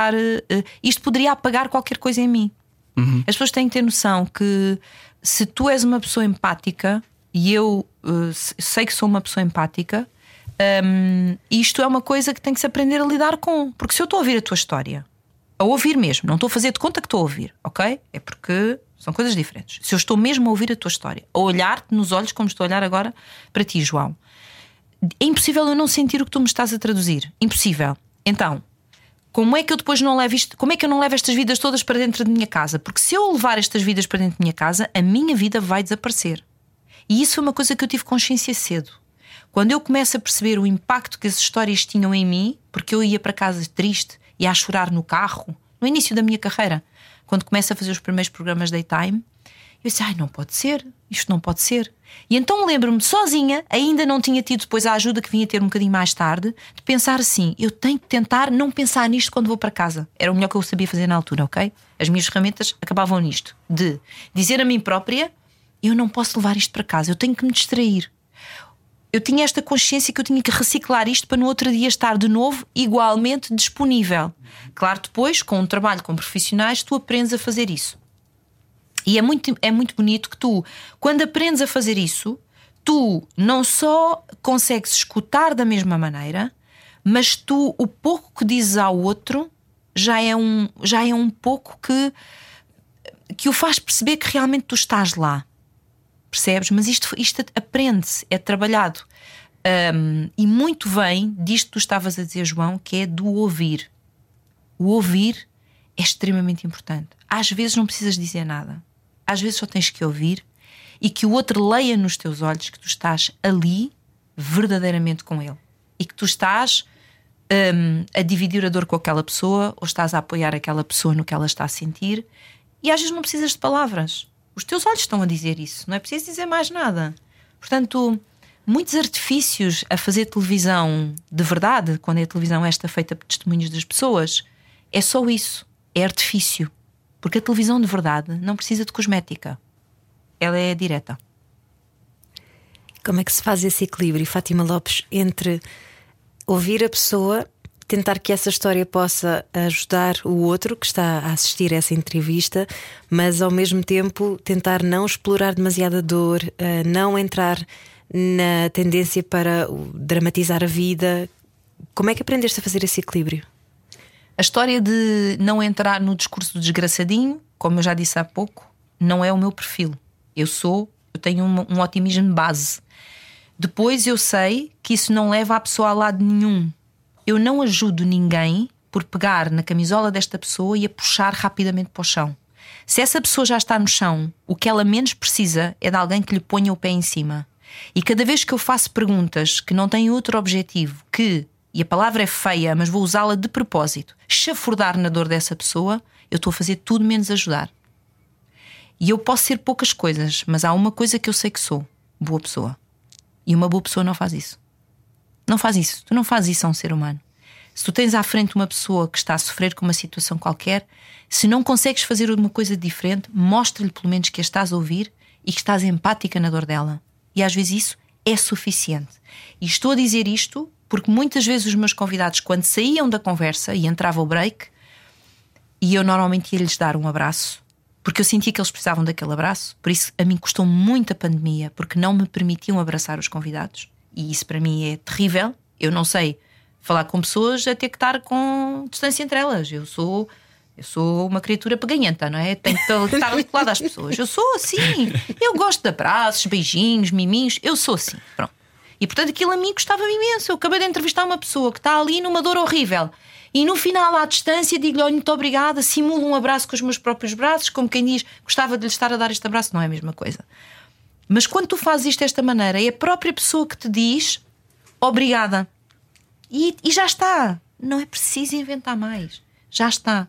apagar qualquer coisa em mim. As pessoas têm que ter noção que se tu és uma pessoa empática, e eu sei que sou uma pessoa empática, isto é uma coisa que tem que se aprender a lidar com. Porque se eu estou a ouvir a tua história, a ouvir mesmo, não estou a fazer de conta que estou a ouvir, ok? É porque são coisas diferentes. Se eu estou mesmo a ouvir a tua história, a olhar-te nos olhos como estou a olhar agora para ti, João, é impossível eu não sentir o que tu me estás a traduzir. Impossível. Então, como é que eu depois não levo isto? Como é que eu não levo estas vidas todas para dentro de minha casa? Porque se eu levar estas vidas para dentro de minha casa, a minha vida vai desaparecer. E isso foi uma coisa que eu tive consciência cedo. Quando eu começo a perceber o impacto que as histórias tinham em mim, porque eu ia para casa triste e a chorar no carro, no início da minha carreira, quando começo a fazer os primeiros programas daytime, eu disse, não pode ser, isto não pode ser. E então lembro-me sozinha, ainda não tinha tido depois a ajuda que vinha ter um bocadinho mais tarde, de pensar assim, eu tenho que tentar não pensar nisto quando vou para casa. Era o melhor que eu sabia fazer na altura, ok? As minhas ferramentas acabavam nisto, de dizer a mim própria, eu não posso levar isto para casa, eu tenho que me distrair. Eu tinha esta consciência que eu tinha que reciclar isto para no outro dia estar de novo igualmente disponível. Claro, depois, com um trabalho com profissionais, tu aprendes a fazer isso. E é muito bonito que tu, quando aprendes a fazer isso, tu não só consegues escutar da mesma maneira, mas tu, o pouco que dizes ao outro, já é um pouco que o faz perceber que realmente tu estás lá. Percebes? Mas isto aprende-se, é trabalhado. E muito vem disto que tu estavas a dizer, João, que é do ouvir. O ouvir é extremamente importante. Às vezes não precisas dizer nada. Às vezes só tens que ouvir e que o outro leia nos teus olhos que tu estás ali verdadeiramente com ele. E que tu estás a dividir a dor com aquela pessoa ou estás a apoiar aquela pessoa no que ela está a sentir. E às vezes não precisas de palavras. Os teus olhos estão a dizer isso, não é preciso dizer mais nada. Portanto, muitos artifícios a fazer televisão de verdade, quando é a televisão esta feita por testemunhos das pessoas, é só isso, é artifício. Porque a televisão de verdade não precisa de cosmética. Ela é direta. Como é que se faz esse equilíbrio, Fátima Lopes, entre ouvir a pessoa, tentar que essa história possa ajudar o outro que está a assistir a essa entrevista, mas ao mesmo tempo tentar não explorar demasiada dor, não entrar na tendência para dramatizar a vida? Como é que aprendeste a fazer esse equilíbrio? A história de não entrar no discurso do desgraçadinho, como eu já disse há pouco, não é o meu perfil. Eu tenho um otimismo base. Depois eu sei que isso não leva a pessoa a lado nenhum. Eu não ajudo ninguém por pegar na camisola desta pessoa e a puxar rapidamente para o chão. Se essa pessoa já está no chão, o que ela menos precisa é de alguém que lhe ponha o pé em cima. E cada vez que eu faço perguntas que não têm outro objetivo que, e a palavra é feia, mas vou usá-la de propósito, chafurdar na dor dessa pessoa, eu estou a fazer tudo menos ajudar. E eu posso ser poucas coisas, mas há uma coisa que eu sei que sou: boa pessoa. E uma boa pessoa não faz isso. Não faz isso. Tu não fazes isso a um ser humano. Se tu tens à frente uma pessoa que está a sofrer com uma situação qualquer, se não consegues fazer uma coisa diferente, mostra-lhe pelo menos que a estás a ouvir e que estás empática na dor dela. E às vezes isso é suficiente. E estou a dizer isto porque muitas vezes os meus convidados, quando saíam da conversa e entrava o break, e eu normalmente ia-lhes dar um abraço, porque eu sentia que eles precisavam daquele abraço. Por isso a mim custou muito a pandemia, porque não me permitiam abraçar os convidados. E isso para mim é terrível. Eu não sei falar com pessoas a ter que estar com distância entre elas. Eu sou uma criatura peganhenta, não é? Tenho que estar ali colada às pessoas. Eu sou assim. Eu gosto de abraços, beijinhos, miminhos. Eu sou assim. Pronto. E portanto aquilo a mim custava-me imenso. Eu acabei de entrevistar uma pessoa que está ali numa dor horrível. E no final, à distância, digo-lhe: olha, muito obrigada. Simulo um abraço com os meus próprios braços, como quem diz, gostava de lhe estar a dar este abraço. Não é a mesma coisa. Mas quando tu fazes isto desta maneira, é a própria pessoa que te diz obrigada. E já está. Não é preciso inventar mais. Já está.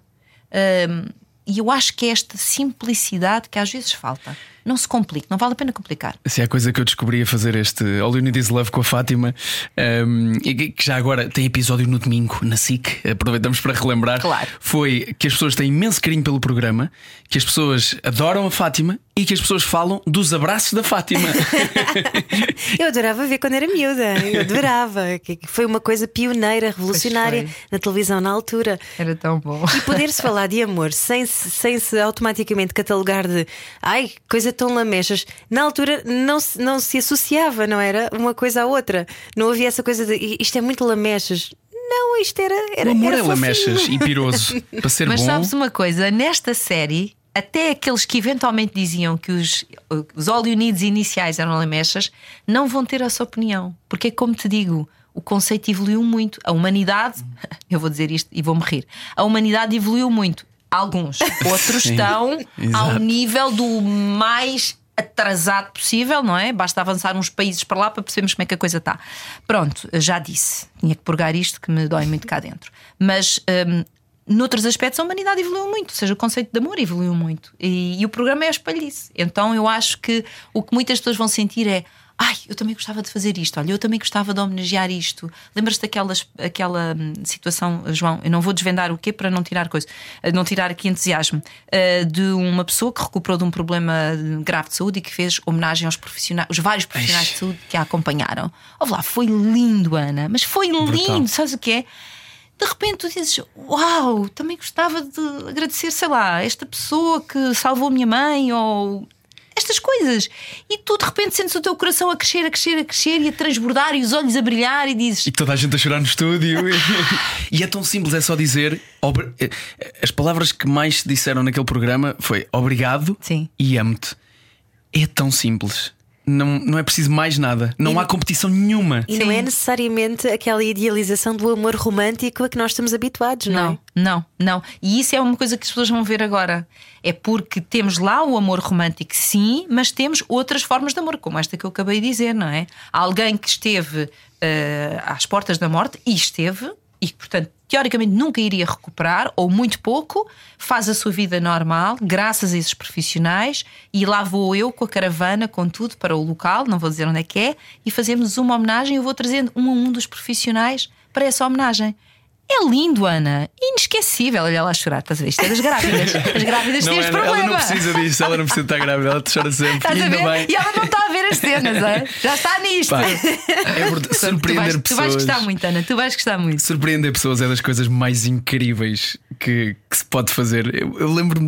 E eu acho que é esta simplicidade que às vezes falta. Não se complique, não vale a pena complicar. Se é a coisa que eu descobri a fazer este All You Need Is Love com a Fátima, e que já agora tem episódio no domingo na SIC, aproveitamos para relembrar. Claro. Foi que as pessoas têm imenso carinho pelo programa, que as pessoas adoram a Fátima e que as pessoas falam dos abraços da Fátima. Eu adorava ver quando era miúda. Eu adorava. Que foi uma coisa pioneira, revolucionária na televisão na altura. Era tão bom. E poder-se falar de amor sem se automaticamente catalogar de ai, coisa tão lamechas. Na altura não se associava, não era? Uma coisa à outra. Não havia essa coisa de isto é muito lamechas. Não, isto era o amor era é lamechas e piroso para ser Mas bom. sabes uma coisa? Nesta série, até aqueles que eventualmente diziam que os All You Needs iniciais eram lamechas não vão ter essa opinião. Porque é como te digo, o conceito evoluiu muito. A humanidade, eu vou dizer isto e vou-me rir, a humanidade evoluiu muito. Alguns, outros estão ao nível do mais atrasado possível, não é? Basta avançar uns países para lá para percebermos como é que a coisa está. Pronto, já disse, tinha que purgar isto que me dói muito cá dentro. Mas noutros aspectos a humanidade evoluiu muito, ou seja, o conceito de amor evoluiu muito. E o programa é espelho disso. Então eu acho que o que muitas pessoas vão sentir é: ai, eu também gostava de fazer isto. Olha, eu também gostava de homenagear isto. Lembras-te daquela situação, João? Eu não vou desvendar o quê para não tirar coisa, não tirar aqui entusiasmo, de uma pessoa que recuperou de um problema grave de saúde e que fez homenagem aos profissionais, os vários profissionais de saúde que a acompanharam. Ouve lá, foi lindo, Ana, mas foi lindo. Sabes o que é? De repente tu dizes: uau, também gostava de agradecer, sei lá, esta pessoa que salvou a minha mãe, ou estas coisas. E tu de repente sentes o teu coração a crescer, a crescer, a crescer e a transbordar e os olhos a brilhar e dizes... E toda a gente a chorar no estúdio. E é tão simples, é só dizer as palavras que mais se disseram naquele programa foi obrigado. Sim. E amo-te. É tão simples. Não é preciso mais nada. Não há competição nenhuma. E não é necessariamente aquela idealização do amor romântico a que nós estamos habituados, não é? Não. E isso é uma coisa que as pessoas vão ver agora. É porque temos lá o amor romântico, sim, mas temos outras formas de amor, como esta que eu acabei de dizer, não é? Há alguém que esteve às portas da morte e esteve, e que, portanto, teoricamente nunca iria recuperar, ou muito pouco, faz a sua vida normal, graças a esses profissionais, e lá vou eu com a caravana, com tudo, para o local, não vou dizer onde é que é, e fazemos uma homenagem. Eu vou trazendo um a um dos profissionais para essa homenagem. É lindo, Ana, inesquecível. Olha lá a chorar, estás a ver? Isto é das grávidas. As grávidas têm este problema. Ela não precisa disso, ela não precisa estar grávida, ela te chora sempre. Estás a ver? E ela não está a ver as cenas, é? Já está nisto. Pá, surpreender pessoas. Tu vais gostar muito, Ana, tu vais gostar muito. Surpreender pessoas é das coisas mais incríveis que se pode fazer. Eu lembro-me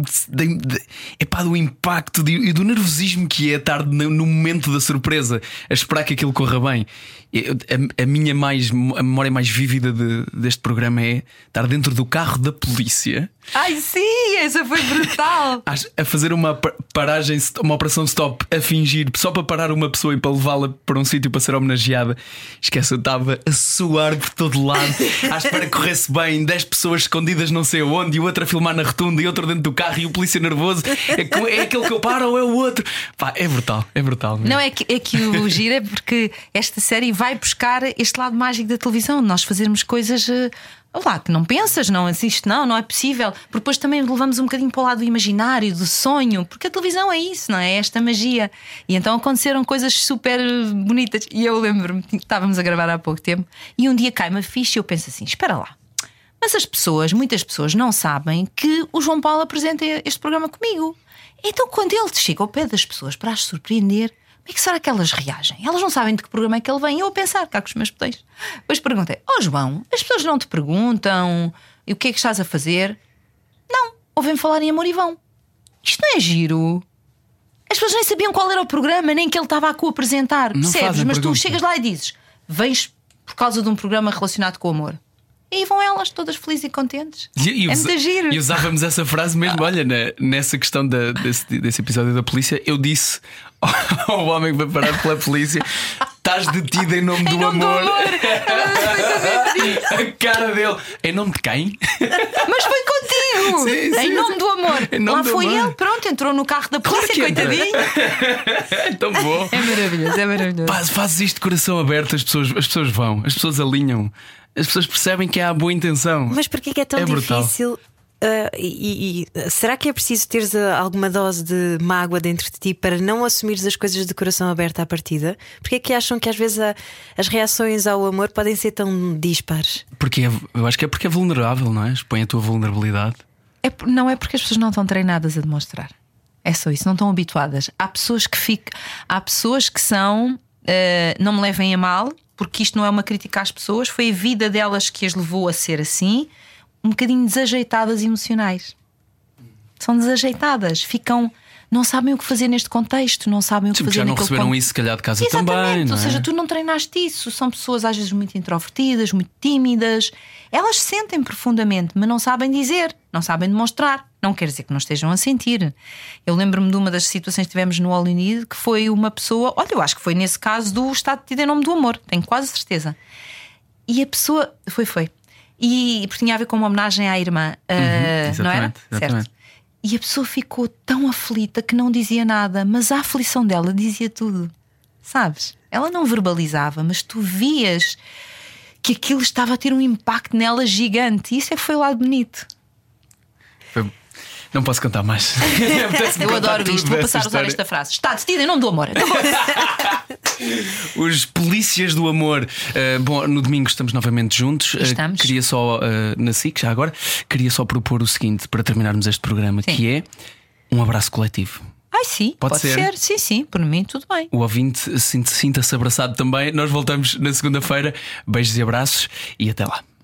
do impacto e do nervosismo que é estar no momento da surpresa, a esperar que aquilo corra bem. A memória mais vívida deste programa é estar dentro do carro da polícia. Ai sim, essa foi brutal. A fazer uma paragem, uma operação stop, a fingir, só para parar uma pessoa e para levá-la para um sítio para ser homenageada. Esquece, eu estava a suar por todo lado, à espera que corresse bem, 10 pessoas escondidas não sei onde, e o outro a filmar na rotunda e outro dentro do carro, e o polícia nervoso. É aquele que eu paro ou é o outro? Pá, é brutal mesmo. Não, é que o giro é porque esta série vai buscar este lado mágico da televisão, nós fazermos coisas Lá, que não pensas, não assistes, não é possível. Porque depois também levamos um bocadinho para o lado do imaginário, do sonho, porque a televisão é isso, não é? É esta magia. E então aconteceram coisas super bonitas. E eu lembro-me, estávamos a gravar há pouco tempo, e um dia cai-me a ficha e eu penso assim: espera lá, mas muitas pessoas não sabem que o João Paulo apresenta este programa comigo. Então quando ele chega ao pé das pessoas para as surpreender, como é que será que elas reagem? Elas não sabem de que programa é que ele vem. Eu a pensar, cá com os meus botões. Depois perguntei: João, as pessoas não te perguntam e o que é que estás a fazer? Não, ouvem falar em amor e vão. Isto não é giro. As pessoas nem sabiam qual era o programa, nem que ele estava a co-apresentar. Percebes? Mas tu chegas lá e dizes: vens por causa de um programa relacionado com o amor. E vão elas todas felizes e contentes. É muito giro. E usávamos essa frase mesmo. Olha, nessa questão desse episódio da polícia, eu disse ao homem que foi parado pela polícia: estás detido em nome do amor. A cara dele: em nome de quem? Mas foi contigo. Sim. Em nome do amor. Lá foi ele, pronto, entrou no carro da polícia, coitadinho. É tão bom. É maravilhoso. Fazes isto de coração aberto, as pessoas vão, as pessoas alinham. As pessoas percebem que há boa intenção. Mas porquê que é tão difícil? Será que é preciso teres alguma dose de mágoa dentro de ti para não assumires as coisas de coração aberto à partida? Porquê é que acham que às vezes as reações ao amor podem ser tão dispares? Porque eu acho que é porque é vulnerável, não é? Expõe a tua vulnerabilidade. Não é porque as pessoas não estão treinadas a demonstrar. É só isso, não estão habituadas. Há pessoas que são, não me levem a mal, porque isto não é uma crítica às pessoas, foi a vida delas que as levou a ser assim, um bocadinho desajeitadas emocionais. São desajeitadas, não sabem o que fazer neste contexto, não sabem o que fazer já não naquele receberam isso, se calhar, de casa também. Ou seja, tu não treinaste isso. São pessoas às vezes muito introvertidas, muito tímidas. Elas sentem profundamente, mas não sabem dizer, não sabem demonstrar. Não quer dizer que não estejam a sentir. Eu lembro-me de uma das situações que tivemos no All You Need, que foi uma pessoa, olha, eu acho que foi nesse caso do estado de em nome do amor, tenho quase certeza. E a pessoa foi. E porque tinha a ver com uma homenagem à irmã, não era? Exatamente. Certo. E a pessoa ficou tão aflita que não dizia nada, mas a aflição dela dizia tudo. Sabes? Ela não verbalizava, mas tu vias que aquilo estava a ter um impacto nela gigante. E isso é que foi o lado bonito. Não posso contar mais. Eu adoro isto, vou passar a usar esta frase: está decidido em nome do amor. Os polícias do amor. Bom, no domingo estamos novamente juntos. Estamos. Queria só, na SIC, já agora, queria só propor o seguinte para terminarmos este programa: sim, que é um abraço coletivo. Ai, sim, pode ser. Sim, por mim tudo bem. O ouvinte sinta-se abraçado também. Nós voltamos na segunda-feira. Beijos e abraços e até lá.